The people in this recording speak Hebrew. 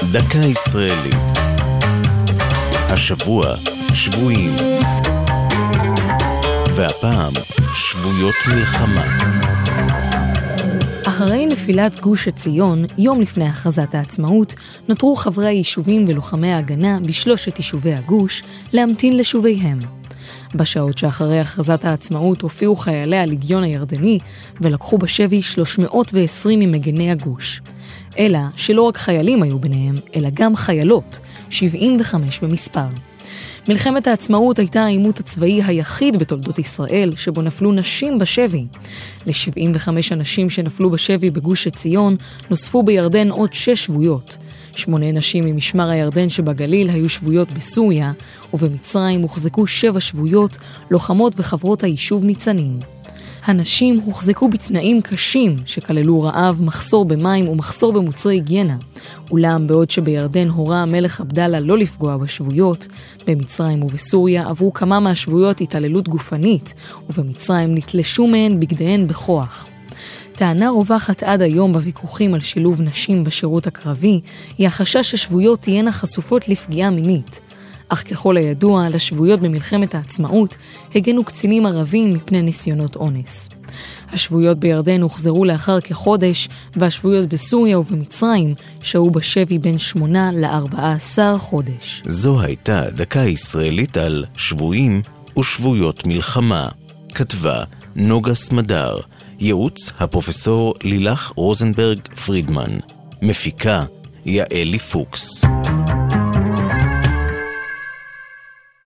דקה ישראלית. השבוע שבויים. והפעם שבויות מלחמה. אחרי נפילת גוש עציון, יום לפני הכרזת העצמאות, נותרו חברי היישובים ולוחמי ההגנה בשלושת יישובי הגוש להמתין לשוביהם. בשעות שאחרי הכרזת העצמאות הופיעו חיילי הלגיון הירדני ולקחו בשבי 320 ממגני הגוש. אלא שלא רק חיילים היו ביניהם, אלא גם חיילות, 75 במספר. מלחמת העצמאות הייתה העימות הצבאי היחיד בתולדות ישראל שבו נפלו נשים בשבי. ל-75 אנשים שנפלו בשבי בגוש עציון נוספו בירדן עוד 6 שבויות. 8 נשים ממשמר הירדן שבגליל היו שבויות בסוריה, ובמצרים הוחזקו 7 שבויות, לוחמות וחברות היישוב ניצנים. הנשים הוחזקו בתנאים קשים שכללו רעב, מחסור במים ומחסור במוצרי היגיינה. אולם בעוד שבירדן הורה המלך עבדאללה לא לפגוע בשבויות, במצרים ובסוריה עברו כמה מהשבויות התעללות גופנית, ובמצרים נתלשו מהן בגדיהן בכוח. טענה רווחת עד היום בוויכוחים על שילוב נשים בשירות הקרבי, היא החשש ששבויות תהיינה חשופות לפגיעה מינית. אך ככל הידוע, לשבויות במלחמת העצמאות הגנו קצינים ערבים מפני ניסיונות אונס. השבויות בירדן הוחזרו לאחר כחודש, והשבויות בסוריה ובמצרים שהו בשבי בין 8 ל-14 חודש. זו הייתה דקה ישראלית על שבויים ושבויות מלחמה. כתבה נוגה סמדר, ייעוץ הפרופסור לילך רוזנברג פרידמן, מפיקה יעלי פוקס.